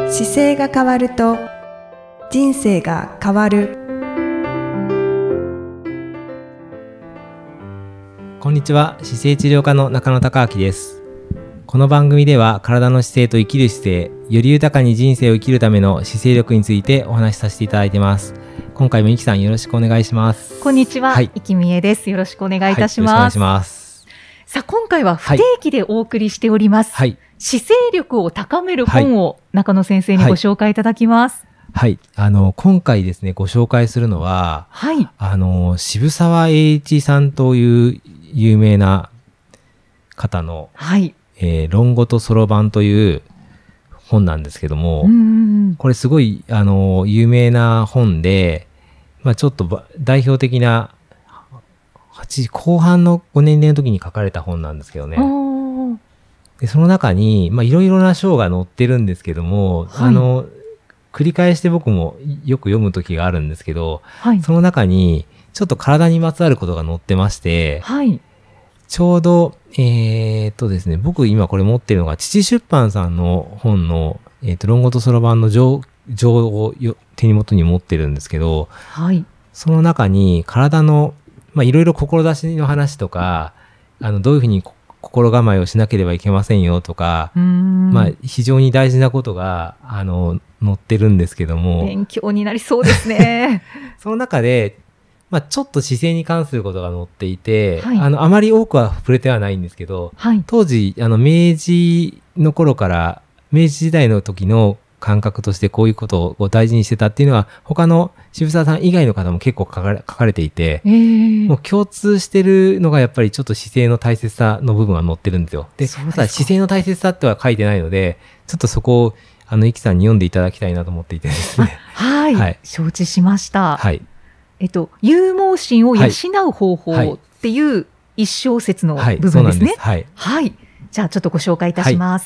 姿勢が変わると人生が変わる。 こんにちは、姿勢治療科の中野孝明です。この番組では体の姿勢と生きる姿勢、より豊かに人生を生きるための姿勢力についてお話しさせていただいています。今回もいきさんよろしくお願いします。 こんにちは、いきみえです。よろしくお願いいたします。 よろしくお願いします。 さあ、今回は不定期でお送りしております。姿勢力を高める本を中野先生にご紹介いただきます。 今回ですね、ご紹介するのは、渋沢栄一さんという有名な方の、論語とそろばんという本なんですけども、これすごい有名な本で、ちょっと代表的な後半のご年齢の時に書かれた本なんですけどね。でその中にいろいろな章が載ってるんですけども、繰り返して僕もよく読む時があるんですけど、その中にちょっと体にまつわることが載ってまして、ちょうどですね、僕今これ持ってるのが父出版さんの本の論語とそろばんの序を手に元に持ってるんですけど、その中に体のいろいろ志の話とか、どういうふうに心構えをしなければいけませんよとか、非常に大事なことが載ってるんですけども、 勉強になりそうですね。 その中でちょっと姿勢に関することが載っていて、あまり多くは触れてはないんですけど、当時明治の頃から明治時代の時の感覚としてこういうことを大事にしてたっていうのは他の渋沢さん以外の方も結構書かれていて、もう共通してるのがやっぱりちょっと姿勢の大切さの部分は載ってるんですよ。で、ただ姿勢の大切さっては書いてないので、ちょっとそこをイキさんに読んでいただきたいなと思っていてですね。 承知しました。有毛心を養う方法っていう一小節の部分ですね。じゃあちょっとご紹介いたします。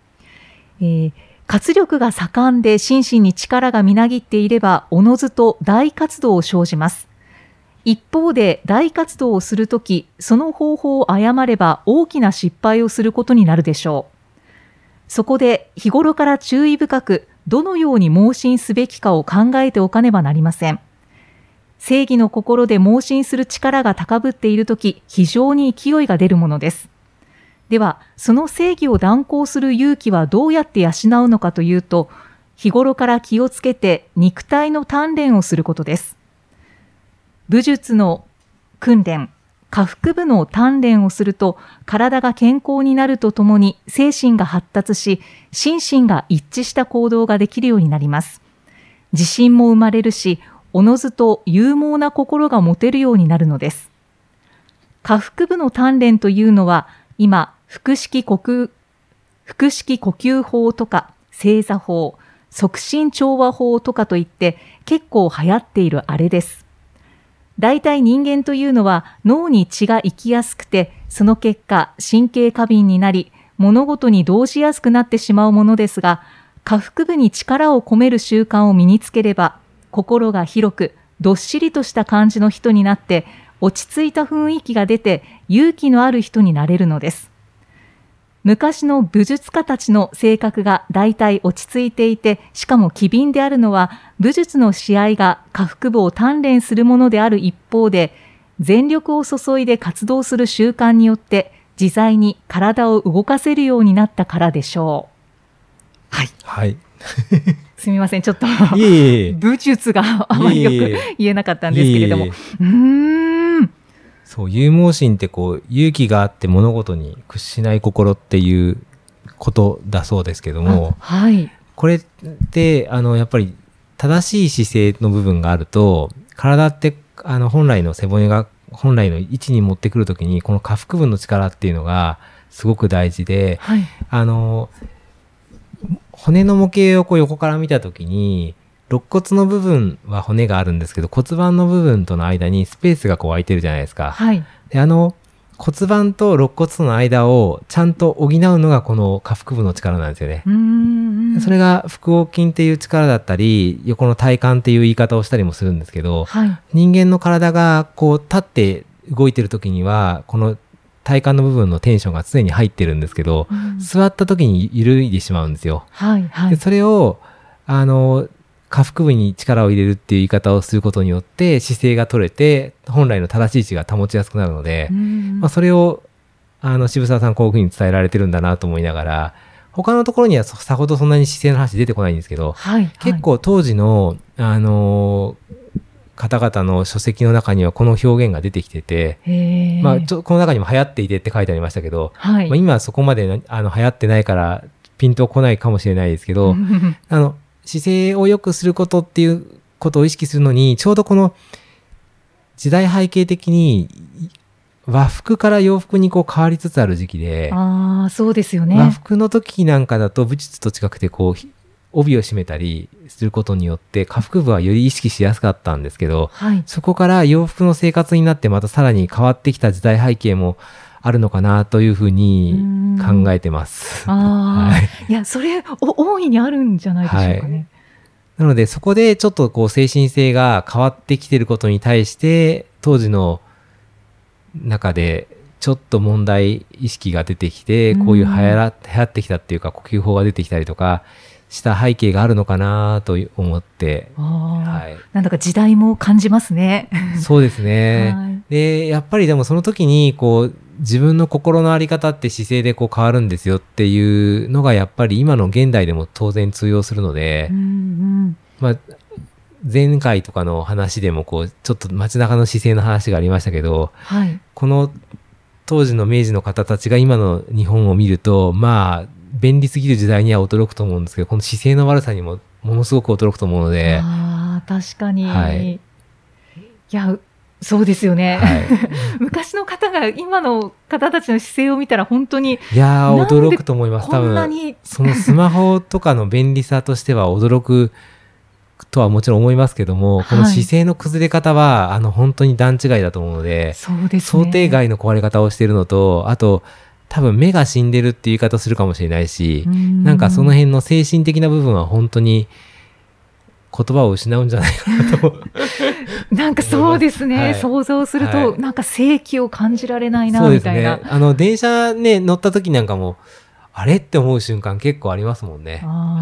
活力が盛んで心身に力がみなぎっていればおのずと大活動を生じます。一方で大活動をするとき、その方法を誤れば大きな失敗をすることになるでしょう。そこで日頃から注意深くどのように盲信すべきかを考えておかねばなりません。正義の心で盲信する力が高ぶっているとき、非常に勢いが出るものです。では、その正義を断行する勇気はどうやって養うのかというと、日頃から気をつけて肉体の鍛錬をすることです。武術の訓練、下腹部の鍛錬をすると、体が健康になるとともに精神が発達し、心身が一致した行動ができるようになります。自信も生まれるし、おのずと勇猛な心が持てるようになるのです。下腹部の鍛錬というのは、今、腹式呼吸法とか正座法、促進調和法とかといって結構流行っているあれです。だいたい人間というのは脳に血が行きやすくて、その結果神経過敏になり、物事に動じやすくなってしまうものですが、下腹部に力を込める習慣を身につければ、心が広くどっしりとした感じの人になって、落ち着いた雰囲気が出て勇気のある人になれるのです。昔の武術家たちの性格がだいたい落ち着いていて、しかも機敏であるのは、武術の試合が下腹部を鍛錬するものである一方で、全力を注いで活動する習慣によって自在に体を動かせるようになったからでしょう。すみません、ちょっと武術があまりよく言えなかったんですけれども。 そう、勇猛心って勇気があって物事に屈しない心っていうことだそうですけども、これってやっぱり正しい姿勢の部分があると、体って本来の背骨が本来の位置に持ってくるときに、この下腹部の力っていうのがすごく大事で、骨の模型を横から見たときに、肋骨の部分は骨があるんですけど、骨盤の部分との間にスペースが空いてるじゃないですか。で骨盤と肋骨との間をちゃんと補うのがこの下腹部の力なんですよね。それが腹横筋っていう力だったり、横の体幹っていう言い方をしたりもするんですけど、人間の体が立って動いてる時にはこの体幹の部分のテンションが常に入ってるんですけど、座った時に緩いでしまうんですよ。でそれを下腹部に力を入れるっていう言い方をすることによって姿勢が取れて本来の正しい位置が保ちやすくなるので、それを渋沢さんこういうふうに伝えられてるんだなと思いながら、他のところにはさほどそんなに姿勢の話出てこないんですけど、結構当時の方々の書籍の中にはこの表現が出てきてて、この中にも流行っていてって書いてありましたけど、今はそこまで流行ってないからピンとこないかもしれないですけど姿勢を良くすることっていうことを意識するのに、ちょうどこの時代背景的に和服から洋服にこう変わりつつある時期で、 そうですよね。 和服の時なんかだと武術と近くてこう帯を締めたりすることによって下腹部はより意識しやすかったんですけど、そこから洋服の生活になってまたさらに変わってきた時代背景もあるのかなというふうに考えてます。 いや、それ大いにあるんじゃないでしょうかね。 なのでそこでちょっとこう精神性が変わってきていることに対して当時の中でちょっと問題意識が出てきて、こういう流行ってきたっていうか呼吸法が出てきたりとかした背景があるのかなと思って、 なんだか時代も感じますね。 そうですね。でやっぱりでもその時にこう自分の心の在り方って姿勢でこう変わるんですよっていうのがやっぱり今の現代でも当然通用するので、前回とかの話でもこうちょっと街中の姿勢の話がありましたけど、この当時の明治の方たちが今の日本を見ると便利すぎる時代には驚くと思うんですけど、この姿勢の悪さにもものすごく驚くと思うので。 確かに、いやそうですよね、昔の方が今の方たちの姿勢を見たら本当に驚くと思います。多分そのスマホとかの便利さとしては驚くとはもちろん思いますけども、この姿勢の崩れ方は本当に段違いだと思うので、想定外の壊れ方をしているのと、あと多分目が死んでるっていう言い方するかもしれないし、なんかその辺の精神的な部分は本当に言葉を失うんじゃないかなとなんかそうですね、想像すると、なんか生気を感じられないなみたいな。 電車ね乗った時なんかもあれって思う瞬間結構ありますもんね。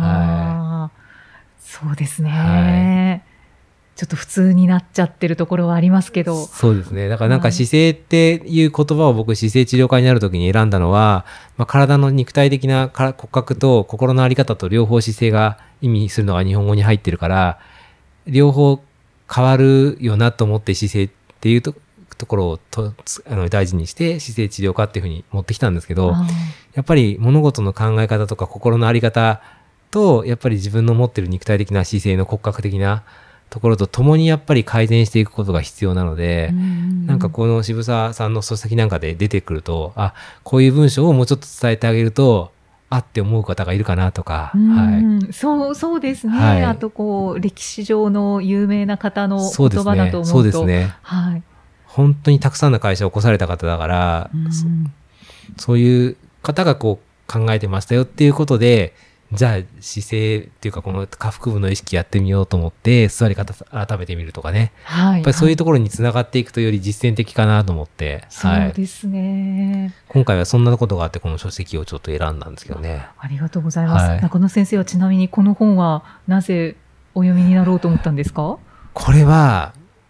そうですね、ちょっと普通になっちゃってるところはありますけど。 そうですね。だからなんか姿勢っていう言葉を僕姿勢治療科になる時に選んだのは、体の肉体的な骨格と心の在り方と両方姿勢が意味するのが日本語に入ってるから、両方変わるよなと思って姿勢っていうところを大事にして姿勢治療科っていうふうに持ってきたんですけど、やっぱり物事の考え方とか心の在り方と、やっぱり自分の持ってる肉体的な姿勢の骨格的なところとともにやっぱり改善していくことが必要なので、なんかこの渋沢さんの書籍なんかで出てくると、こういう文章をもうちょっと伝えてあげるとって思う方がいるかなとか、 そうですね、あと歴史上の有名な方の言葉だと思うと、そうですね、 本当にたくさんの会社を起こされた方だから、そういう方がこう考えてましたよっていうことで、じゃあ姿勢っていうかこの下腹部の意識やってみようと思って座り方改めてみるとかね、やっぱりそういうところにつながっていくとより実践的かなと思って、 そうですね、 今回はそんなことがあってこの書籍をちょっと選んだんですけどね。 ありがとうございます。中野先生はちなみにこの本はなぜお読みになろうと思ったんですか？ これは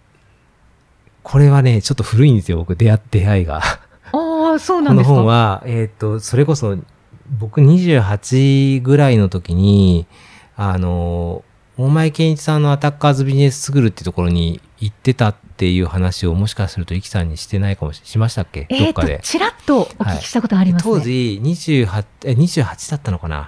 ねちょっと古いんですよ、僕出会いが。 そうなんですか。 この本はそれこそ僕28ぐらいの時に大前健一さんのアタッカーズビジネススクールっていうところに行ってたっていう話をもしかするとイキさんにしてないかもしましたっけ？どっかでちらっとお聞きしたことありますね。 当時28だったのかな。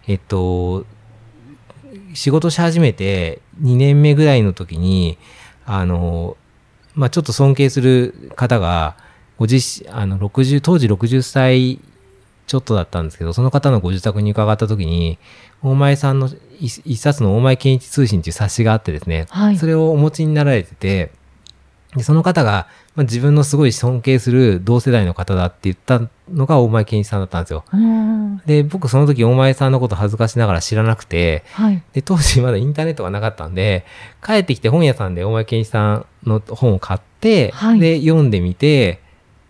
仕事し始めて2年目ぐらいの時にちょっと尊敬する方が当時60歳ちょっとだったんですけど、その方のご自宅に伺った時に大前さんの一冊の大前健一通信っていう冊子があってですね、それをお持ちになられてて、でその方が、自分のすごい尊敬する同世代の方だって言ったのが大前健一さんだったんですよ。で僕その時大前さんのこと恥ずかしながら知らなくて、で当時まだインターネットがなかったんで、帰ってきて本屋さんで大前健一さんの本を買って、で読んでみて、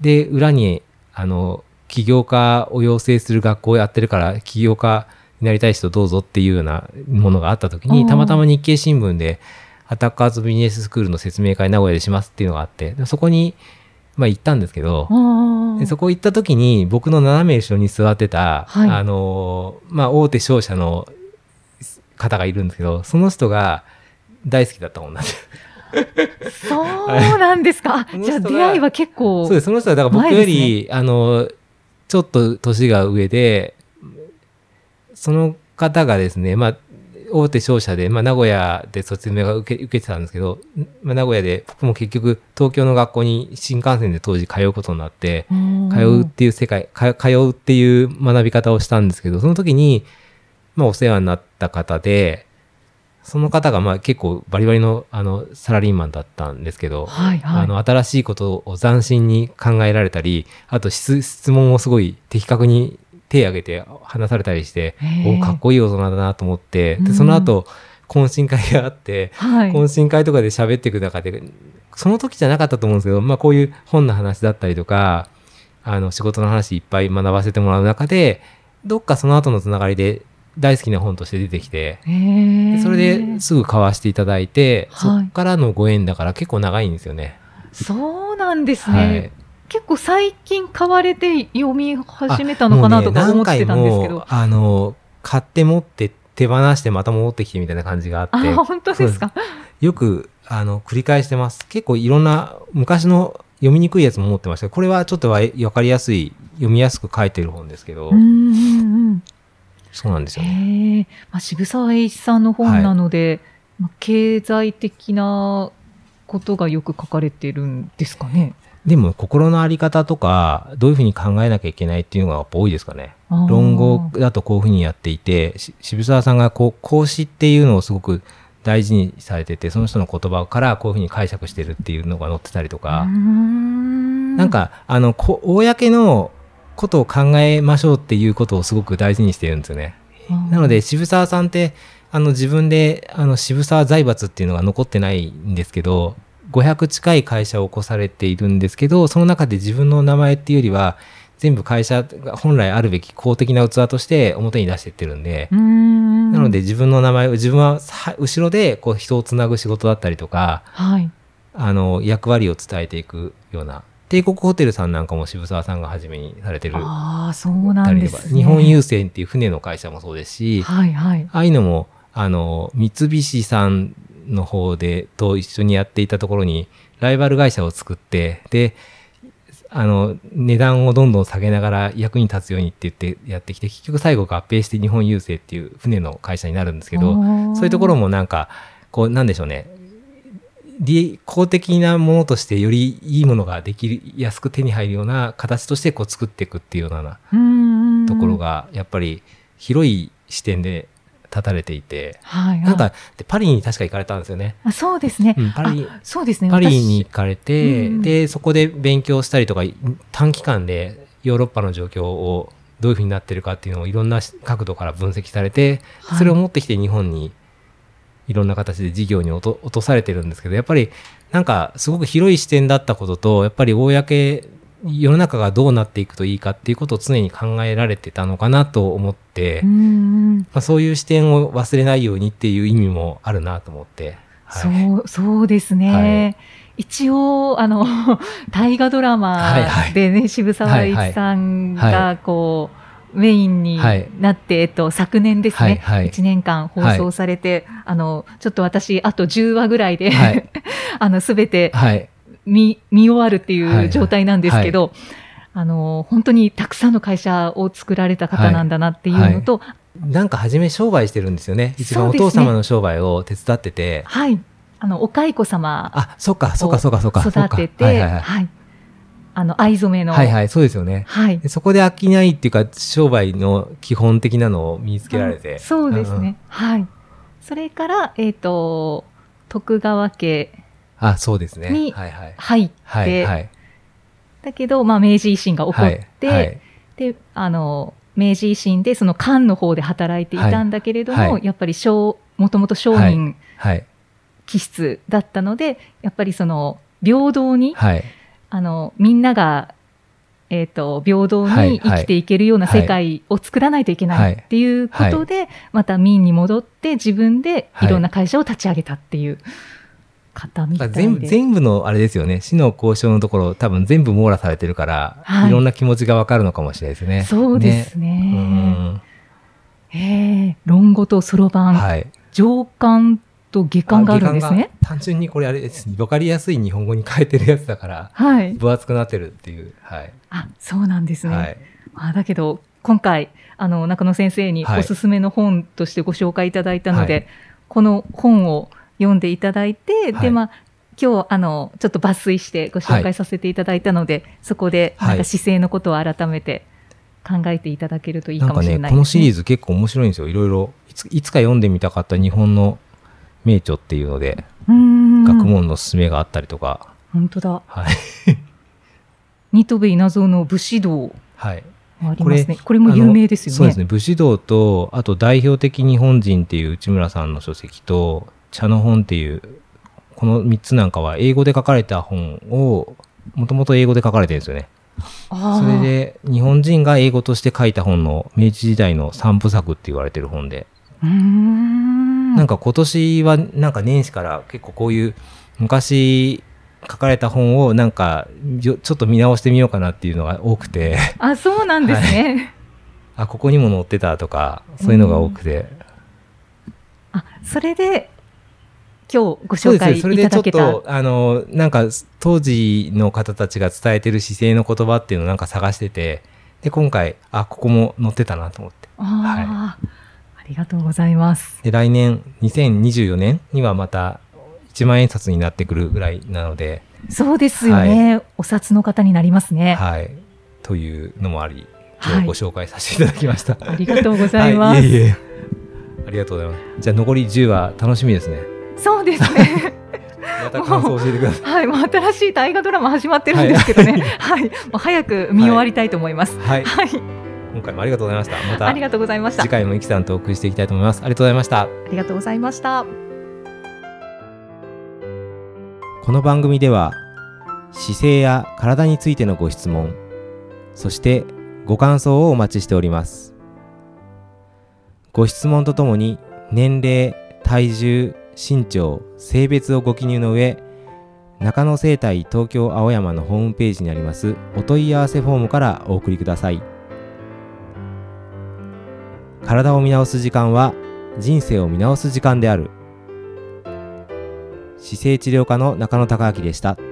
で、裏に、起業家を養成する学校をやってるから、起業家になりたい人どうぞっていうようなものがあった時に、たまたま日経新聞で、アタッカーズビジネススクールの説明会名古屋でしますっていうのがあって、そこに、まあ行ったんですけど、でそこ行った時に僕の斜め後ろに座ってた、はい、まあ大手商社の方がいるんですけど、その人が大好きだったもんなんです。 そうなんですか。じゃあ出会いは結構。 そうです。その人はだから僕より、ちょっと年が上で、その方がですね、まあ、大手商社で、まあ、名古屋で卒業が受けてたんですけど、まあ、名古屋で僕も結局東京の学校に新幹線で当時通うことになって、通うっていう学び方をしたんですけど、その時に、まあ、お世話になった方で、その方がまあ結構バリバリのサラリーマンだったんですけど、はいはい、新しいことを斬新に考えられたり、あと質問をすごい的確に手を挙げて話されたりして、かっこいい大人だなと思って、でその後懇親会があって、はい、懇親会とかで喋っていく中で、その時じゃなかったと思うんですけど、まあこういう本の話だったりとか、仕事の話いっぱい学ばせてもらう中で、どっかその後のつながりで大好きな本として出てきて、でそれですぐ買わせていただいて、そっからのご縁だから結構長いんですよね。 そうなんですね。はい、結構最近買われて読み始めたのかなとか思ってたんですけど。 何回も買って持って手放してまた戻ってきてみたいな感じがあって。 あ、本当ですか。 よく繰り返してます。結構いろんな昔の読みにくいやつも持ってましたけど、これはちょっとわかりやすい、読みやすく書いてる本ですけど。そうなんですよね。 まあ、渋沢栄一さんの本なので、はい、まあ、経済的なことがよく書かれてるんですかね。 でも心の在り方とかどういうふうに考えなきゃいけないっていうのがやっぱ多いですかね。論語だとこういうふうにやっていて、渋沢さんが講師っていうのをすごく大事にされてて、その人の言葉からこういうふうに解釈してるっていうのが載ってたりとか、なんか公のことを考えましょうっていうことをすごく大事にしてるんですよね。なので渋沢さんって自分で渋沢財閥っていうのが残ってないんですけど、500近い会社を起こされているんですけど、その中で自分の名前っていうよりは全部会社が本来あるべき公的な器として表に出していってるんで、なので自分の名前を自分は後ろでこう人をつなぐ仕事だったりとか、はい、役割を伝えていくような。帝国ホテルさんなんかも渋沢さんが初めにされてる。 ああ、そうなんですね。 日本郵船っていう船の会社もそうですし、はいはい、ああいうのも三菱さんの方でと一緒にやっていたところにライバル会社を作って、で値段をどんどん下げながら役に立つようにって言ってやってきて、結局最後合併して日本郵政っていう船の会社になるんですけど、そういうところもなんかこうなんでしょうね、公的なものとしてよりいいものができやすく手に入るような形としてこう作っていくっていうようなところがやっぱり広い視点で立たれていて、はいはい、なんかパリに確か行かれたんですよね。 あ、そうですね。そうですね。 パリに行かれて、でそこで勉強したりとか、短期間でヨーロッパの状況をどういうふうになってるかっていうのをいろんな角度から分析されて、それを持ってきて日本にいろんな形で事業に落とされてるんですけど、やっぱりなんかすごく広い視点だったことと、やっぱり世の中がどうなっていくといいかっていうことを常に考えられてたのかなと思って、まあ、そういう視点を忘れないようにっていう意味もあるなと思って、 はい、そうですね、はい、一応大河ドラマでね、はいはい、渋沢栄一さんがこう、メインになって、昨年ですね、はいはい、1年間放送されて、はい、ちょっと私あと10話ぐらいで、はい、全て、はい見終わるっていう状態なんですけど、はいはい、本当にたくさんの会社を作られた方なんだなっていうのと、はいはい、 なんか初め商売してるんですよね。一番お父様の商売を手伝ってて、 はい、お蚕様を育てて、藍染めの、 はいはい、そうですよね。はい、そこで商いっていうか商売の基本的なのを身につけられて、 そうですね。はい。それから徳川家そうですね。 に入って、はいはい、だけど、まあ、明治維新が起こって、はいはい、で、明治維新でその官の方で働いていたんだけれども、はい、やっぱりもともと商人気質だったので、やっぱりその平等に、はい、みんなが平等に生きていけるような世界を作らないといけないっていうことで、また民に戻って自分でいろんな会社を立ち上げたっていう方みたいで、 全部のあれですよね、市の交渉のところ多分全部網羅されてるから、いろんな気持ちがわかるのかもしれないですね。 そうですね。論語とそろばん、上巻と下巻があるんですね。 単純にこれあれです、分かりやすい日本語に変えてるやつだから、分厚くなってるっていう。 そうなんですね。だけど今回中野先生におすすめの本としてご紹介いただいたので、この本を読んでいただいて、で今日ちょっと抜粋してご紹介させていただいたので、そこでなんか姿勢のことを改めて考えていこいいかもしれないですね。 なんかね、このシリーズ結構面白いんですよ。いろいろいつか読んでみたかった日本の名著っていうので、学問の勧めがあったりとか。 本当だ。新渡戸稲造の武士道。ありますね。これも有名ですよね。 そうですね。武士道と、あと代表的日本人っていう内村さんの書籍と、茶の本っていう、この3つなんかは英語で書かれた本を、もともと英語で書かれてるんですよね。それで日本人が英語として書いた本の明治時代の3部作って言われてる本で、なんか今年はなんか年始から結構こういう昔書かれた本をなんかちょっと見直してみようかなっていうのが多くて、 そうなんですね。 ここにも載ってたとかそういうのが多くて、 それで今日ご紹介いただけた。 それでちょっとなんか当時の方たちが伝えてる姿勢の言葉っていうのをなんか探してて、で今回ここも載ってたなと思って、 ありがとうございます。 で来年2024年にはまた1万円札になってくるぐらいなので、 そうですよね、お札の方になりますね。 というのもあり、今日ご紹介させていただきました。 ありがとうございます。 ありがとうございます。じゃあ残り10話楽しみですね。 そうですね。 また感想を教えてください。 もう新しい大河ドラマ始まってるんですけどね。もう早く見終わりたいと思います。 今回もありがとうございました。またありがとうございました。 次回もイキさんとお送りしていきたいと思います。ありがとうございました。 ありがとうございました。 この番組では姿勢や体についてのご質問、そしてご感想をお待ちしております。ご質問とともに年齢、体重、身長、性別をご記入の上、中野生態東京青山のホームページにありますお問い合わせフォームからお送りください。体を見直す時間は人生を見直す時間である。姿勢治療科の中野孝明でした。